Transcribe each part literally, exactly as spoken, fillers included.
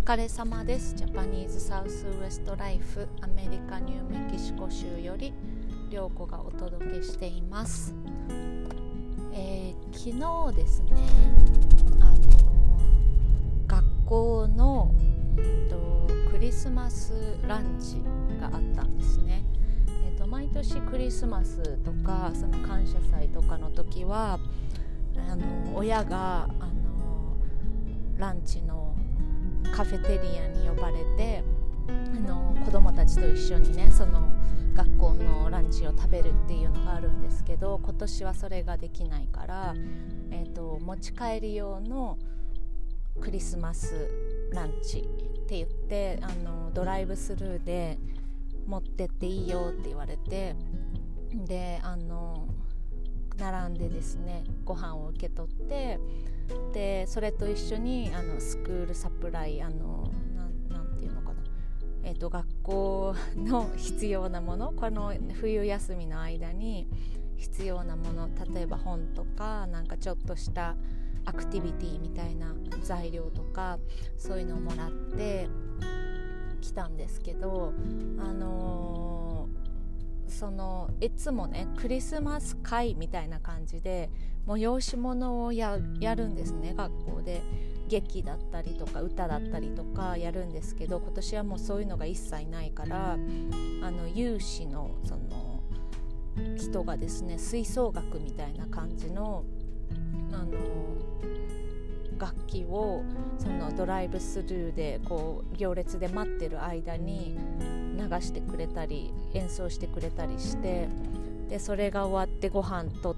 疲れ様です。ジャパニーズサウスウエストライフアメリカニューメキシコ州より涼子がお届けしています。えー、昨日ですね、あの学校の、うんと、クリスマスランチがあったんですね。えーと、毎年クリスマスとかその感謝祭とかの時はあの親があのランチのカフェテリアに呼ばれてあの子どもたちと一緒にねその学校のランチを食べるっていうのがあるんですけど、今年はそれができないから、えーと、持ち帰り用のクリスマスランチって言ってあのドライブスルーで持ってっていいよって言われて、であの並んでですねご飯を受け取って、でそれと一緒にあのスクールサプライあの な, なんていうのかな、えーと、学校の必要なもの、この冬休みの間に必要なもの、例えば本とかなんかちょっとしたアクティビティみたいな材料とかそういうのをもらってきたんですけど、あのー、そのいつもねクリスマス会みたいな感じで催し物を や, やるんですね。学校で劇だったりとか歌だったりとかやるんですけど、今年はもうそういうのが一切ないから、あの有志のその人がですね吹奏楽みたいな感じのあの楽器をそのドライブスルーでこう行列で待ってる間に流してくれたり演奏してくれたりして、でそれが終わってご飯とって、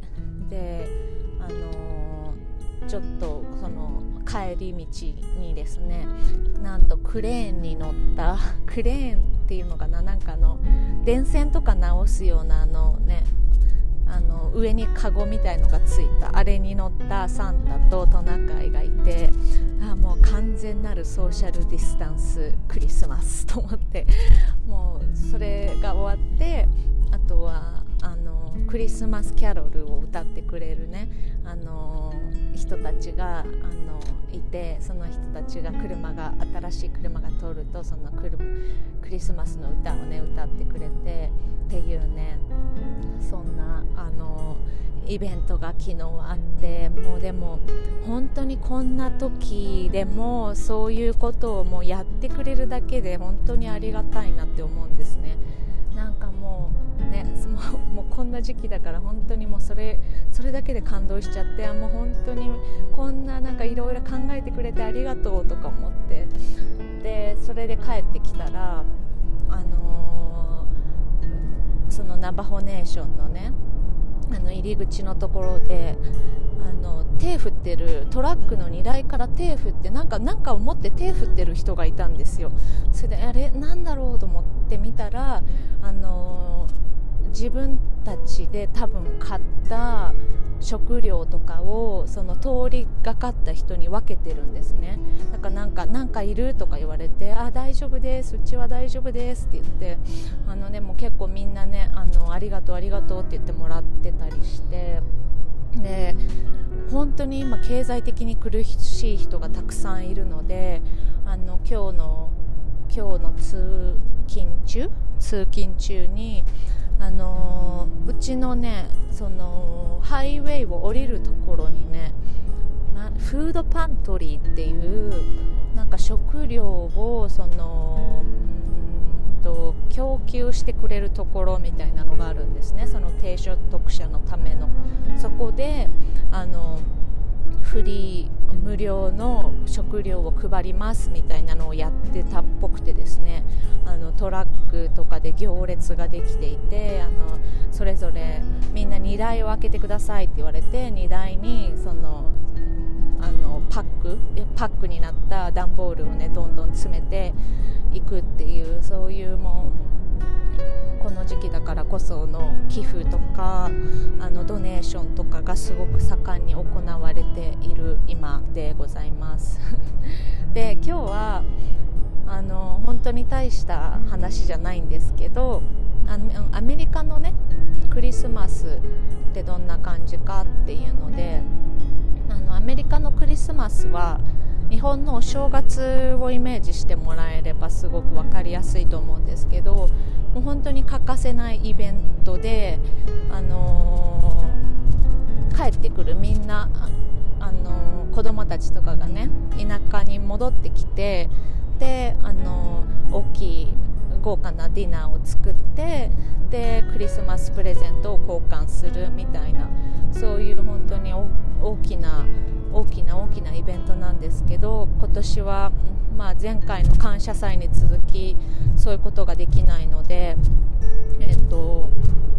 であのー、ちょっとその帰り道にですね、なんとクレーンに乗ったクレーンっていうのかな、なんかあの電線とか直すようなあのねあの上にカゴみたいのがついたあれに乗ったサンタとトナカイがいて、あもう完全なるソーシャルディスタンスクリスマスと思って、もうそれが終わって、あとはあのクリスマスキャロルを歌ってくれるねあの人たちがあのいて、その人たちが車が新しい車が通るとそのクリスマスの歌をね歌ってくれてっていうね、そんなあのイベントが昨日あって、もうでも本当にこんな時でもそういうことをもうやってくれるだけで本当にありがたいなって思うんですね。なんかもうねもう、もうこんな時期だから本当にもうそれそれだけで感動しちゃって、もう本当にこんななんかいろいろ考えてくれてありがとうとか思って、でそれで帰ってきたらあのー、そのナバホネーションのねあの入り口のところであの手振ってるトラックの荷台から手振ってなんかなんかを持って手振ってる人がいたんですよ。それであれなんだろうと思って見たら、あのー、自分たちで多分買った食料とかをその通りがかった人に分けてるんですね。だからなんかなんかいるとか言われて、あ大丈夫です、うちは大丈夫ですって言って、あのでも結構みんなねあのありがとうありがとうって言ってもらってたりして、で本当に今経済的に苦しい人がたくさんいるので、あの今日の今日の通勤中通勤中にあのうちのねそのハイウェイを降りるところにねなフードパントリーっていうなんか食料をそのうんと供給してくれるところみたいなのがあるんですね。その低所得者のための、そこであのフリー無料の食料を配りますみたいなのをやってたっぽくてですね、あのトラックとかで行列ができていて、あのそれぞれみんな荷台を開けてくださいって言われて、荷台にそのあのパックパックになった段ボールをねどんどん詰めていくっていう、そういうもうこの時期だからこその寄付とかあのドネーションとかがすごく盛んに行われている今でございますで今日はあの本当に大した話じゃないんですけど、あのアメリカのねクリスマスってどんな感じかっていうので、あのアメリカのクリスマスは日本のお正月をイメージしてもらえればすごく分かりやすいと思うんですけど、もう本当に欠かせないイベントで、あのー、帰ってくるみんな、あのー、子供たちとかがね田舎に戻ってきて、で、あのー、大きい豪華なディナーを作って、でクリスマスプレゼントを交換するみたいな、そういう本当に大きな大きな大きなイベントなんですけど、今年は、まあ、前回の感謝祭に続きそういうことができないので、えっと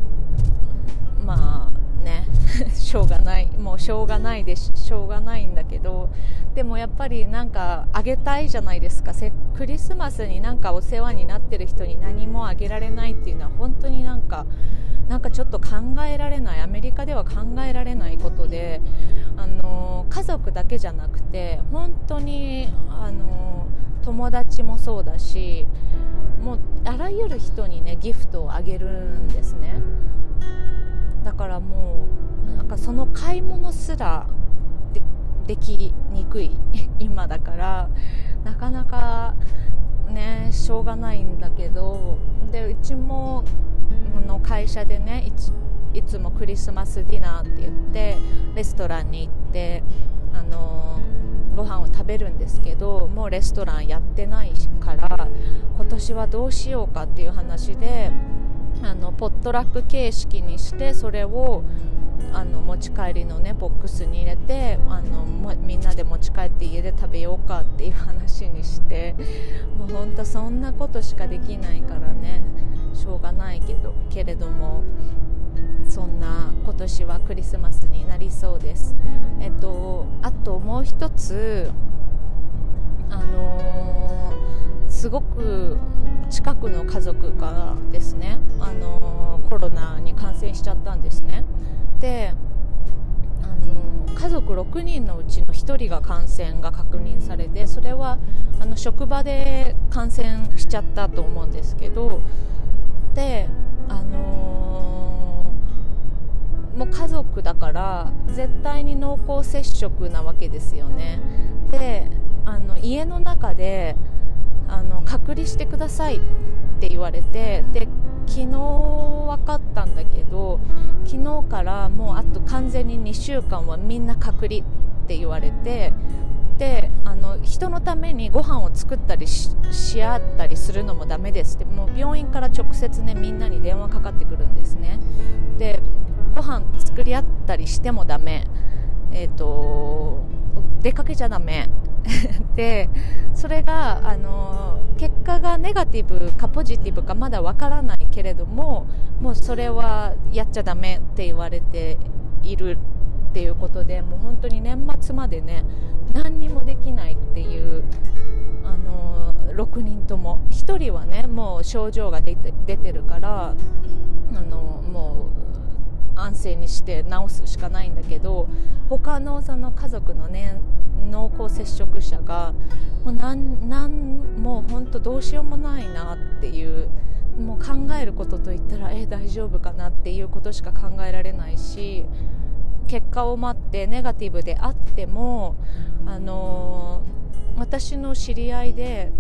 まあねしょうがないもうしょうがないでししょうがないんだけど、でもやっぱりなんかあげたいじゃないですか。クリスマスになんかお世話になってる人に何もあげられないっていうのは本当になんかなんかちょっと考えられない、アメリカでは考えられないことで、あの家族だけじゃなくて本当にあの友達もそうだし、もうあらゆる人にねギフトをあげるんですね。だからもうなんかその買い物すら で, できにくい今だから、なかなかねしょうがないんだけど、でうちもの会社でね い, いつもクリスマスディナーって言ってレストランに行ってあのご飯を食べるんですけど、もうレストランやってないから今年はどうしようかっていう話で、あのポットラック形式にして、それをあの持ち帰りのねボックスに入れて、あのもみんなで持ち帰って家で食べようかっていう話にして、もうほんとそんなことしかできないからね、しょうがないけどけれども、そんな今年はクリスマスになりそうです。えっとあともう一つ、あのー、すごく近くの家族がですね、あのー、コロナに感染しちゃったんですね。で、あのー、家族ろくにんのうちのひとりが感染が確認されて、それはあの職場で感染しちゃったと思うんですけど、で、あのー、もう家族だから絶対に濃厚接触なわけですよね。で、あの家の中であの隔離してくださいって言われて、で昨日分かったんだけど、昨日からもうあと完全ににしゅうかんはみんな隔離って言われて、であの人のためにご飯を作ったり し, し合ったりするのもダメですって、もう病院から直接ねみんなに電話かかってくるんですね。でご飯作り合ったりしてもダメ、えーと出かけちゃダメで、それがあの結果がネガティブかポジティブかまだわからないけれども、もうそれはやっちゃダメって言われているっていうことで、もう本当に年末までね何にもできないっていう、あのろくにんともひとりはねもう症状が出て、出てるから、あのもう安静にして治すしかないんだけど、他のその家族のね濃厚接触者がもうなんなんもう本当どうしようもないなっていう、もう考えることといったらえ大丈夫かなっていうことしか考えられないし、結果を待ってネガティブであっても、あのー、私の知り合いで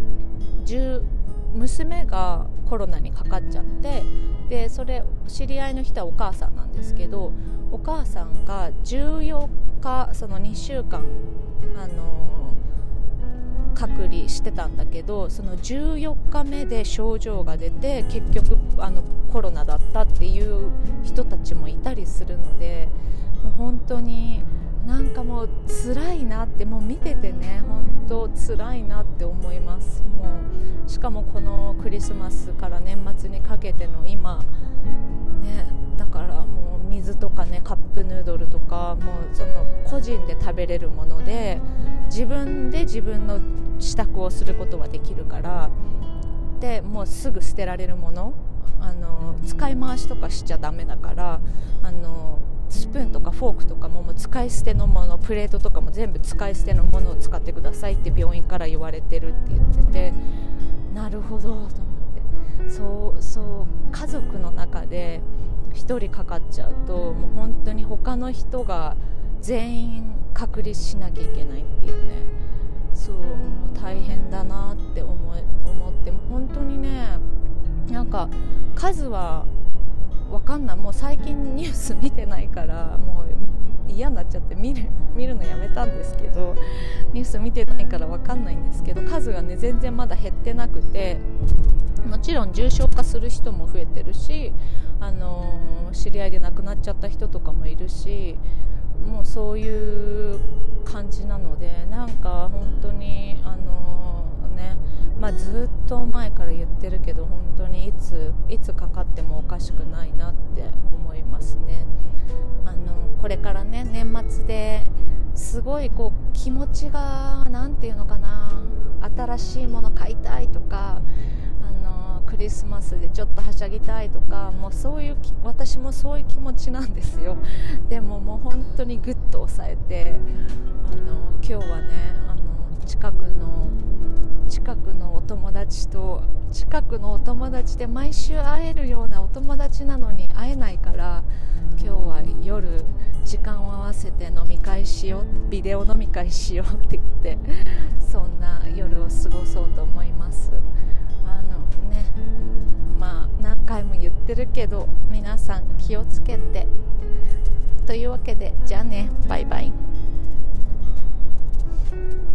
娘がコロナにかかっちゃって、でそれ知り合いの人はお母さんなんですけど、お母さんがじゅうよっかそのにしゅうかん、あのー、隔離してたんだけど、そのじゅうよっかめで症状が出て結局あのコロナだったっていう人たちもいたりするので、もう本当になんかもう辛いなって、もう見ててね本当辛いなって思います。もうしかもこのクリスマスから年末にかけての今ね、だからもう水とかねカップヌードルとか、もうその個人で食べれるもので自分で自分の支度をすることはできるから、でもうすぐ捨てられるもの、あの使い回しとかしちゃダメだから、あのスプーンとかフォークとかももう使い捨てのもの、プレートとかも全部使い捨てのものを使ってくださいって病院から言われてるって言ってて、なるほどと思って、そうそう家族の中でひとりかかっちゃうともう本当に他の人が全員隔離しなきゃいけないっていうね、 そうもう大変だなって思い思っても本当にね、なんか数は分かんない。もう最近ニュース見てないからもう嫌になっちゃって見る見るのやめたんですけど、ニュース見てないから分かんないんですけど、数がね全然まだ減ってなくて、もちろん重症化する人も増えてるし、あのー、知り合いで亡くなっちゃった人とかもいるし、もうそういう感じなので、なんか本当にあのー、ね、まあ、ずっと前から言ってるけど、本当にいついつかかってもおかしくないなって思いますね。あのこれからね、年末ですごいこう気持ちがなんていうのかな、新しいもの買いたいとか、あのクリスマスでちょっとはしゃぎたいとか、もうそういう私もそういう気持ちなんですよ。でももう本当にグッと抑えて、あの今日はね、あの近くの近くのお友達と近くのお友達で毎週会えるようなお友達なのに会えないから、今日は夜時間を合わせて飲み会しよう、ビデオ飲み会しようって言って、そんな夜を過ごそうと思います。あのね、まあ何回も言ってるけど皆さん気をつけて、というわけでじゃあね、バイバイ。